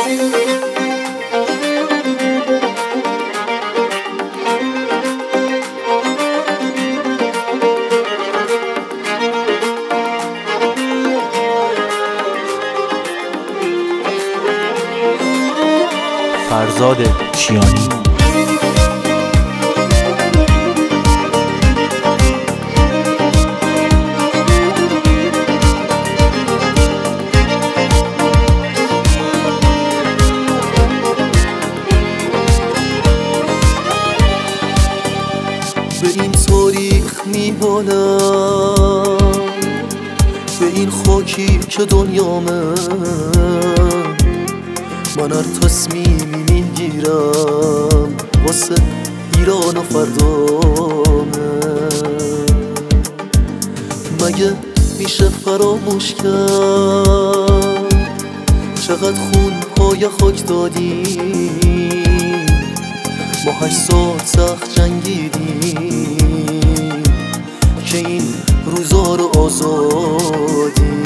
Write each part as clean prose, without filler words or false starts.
فرزاد کیانی. به این تاریخ میمانم، به این خاکی که دنیامه، من هر تصمیمی میگیرم واسه ایران و فردامه. مگه میشه فراموش کرد چقدر خونهای خاک دادیم؟ ما 8 سال سخت جنگیدیم که این روزا رو آزادیم.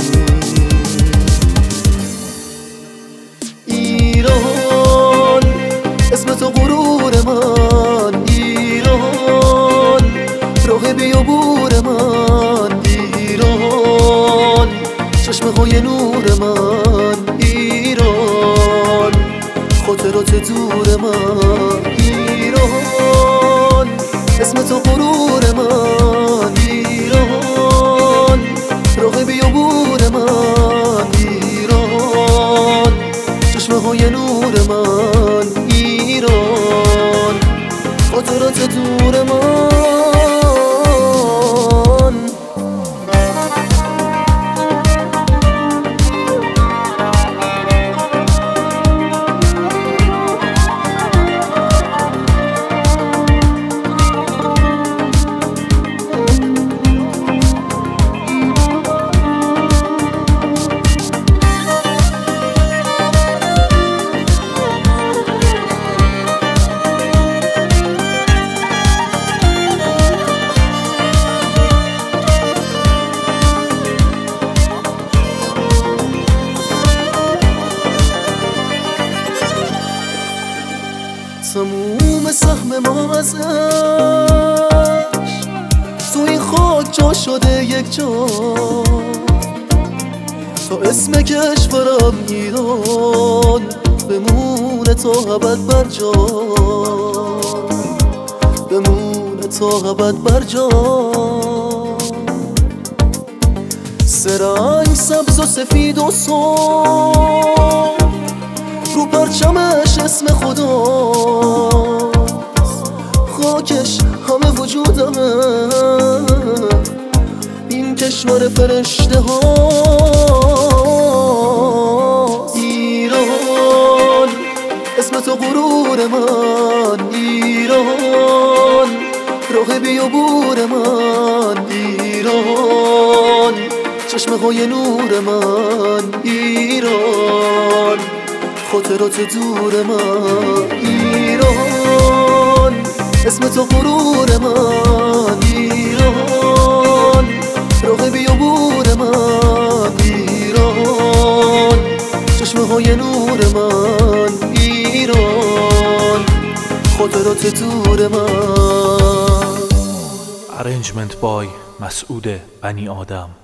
ایران اسم تو غرور من، ایران راه بیابور من، ایران چشمه‌های نور من، ایران خاطرات دور من، ایران اسم تو غرور من، ایران راه بیابور من، ایران چشمه‌های نور من، ایران خاطرات دور من. تموم سهم ما ازش تو این خاک جا شده یک جا، تا اسم کشورم ایران بمونه تا ابد بر جا، بمونه تا ابد بر جا. سرنگ سبز و سفید و سرخ رو پرچمش اسم خداست، خاکش همه وجودمه، این کشور فرشته هاست. ایران اسم تو غرور من، ایران راه بیابور من، ایران چشمه‌های نور من، ایران خاطرات دور من، ایران اسم تو غرور من، ایران راه بیابور من، ایران چشمه‌های نور من، ایران خاطرات دور من. ارنجمنت بای مسعود بنی آدم.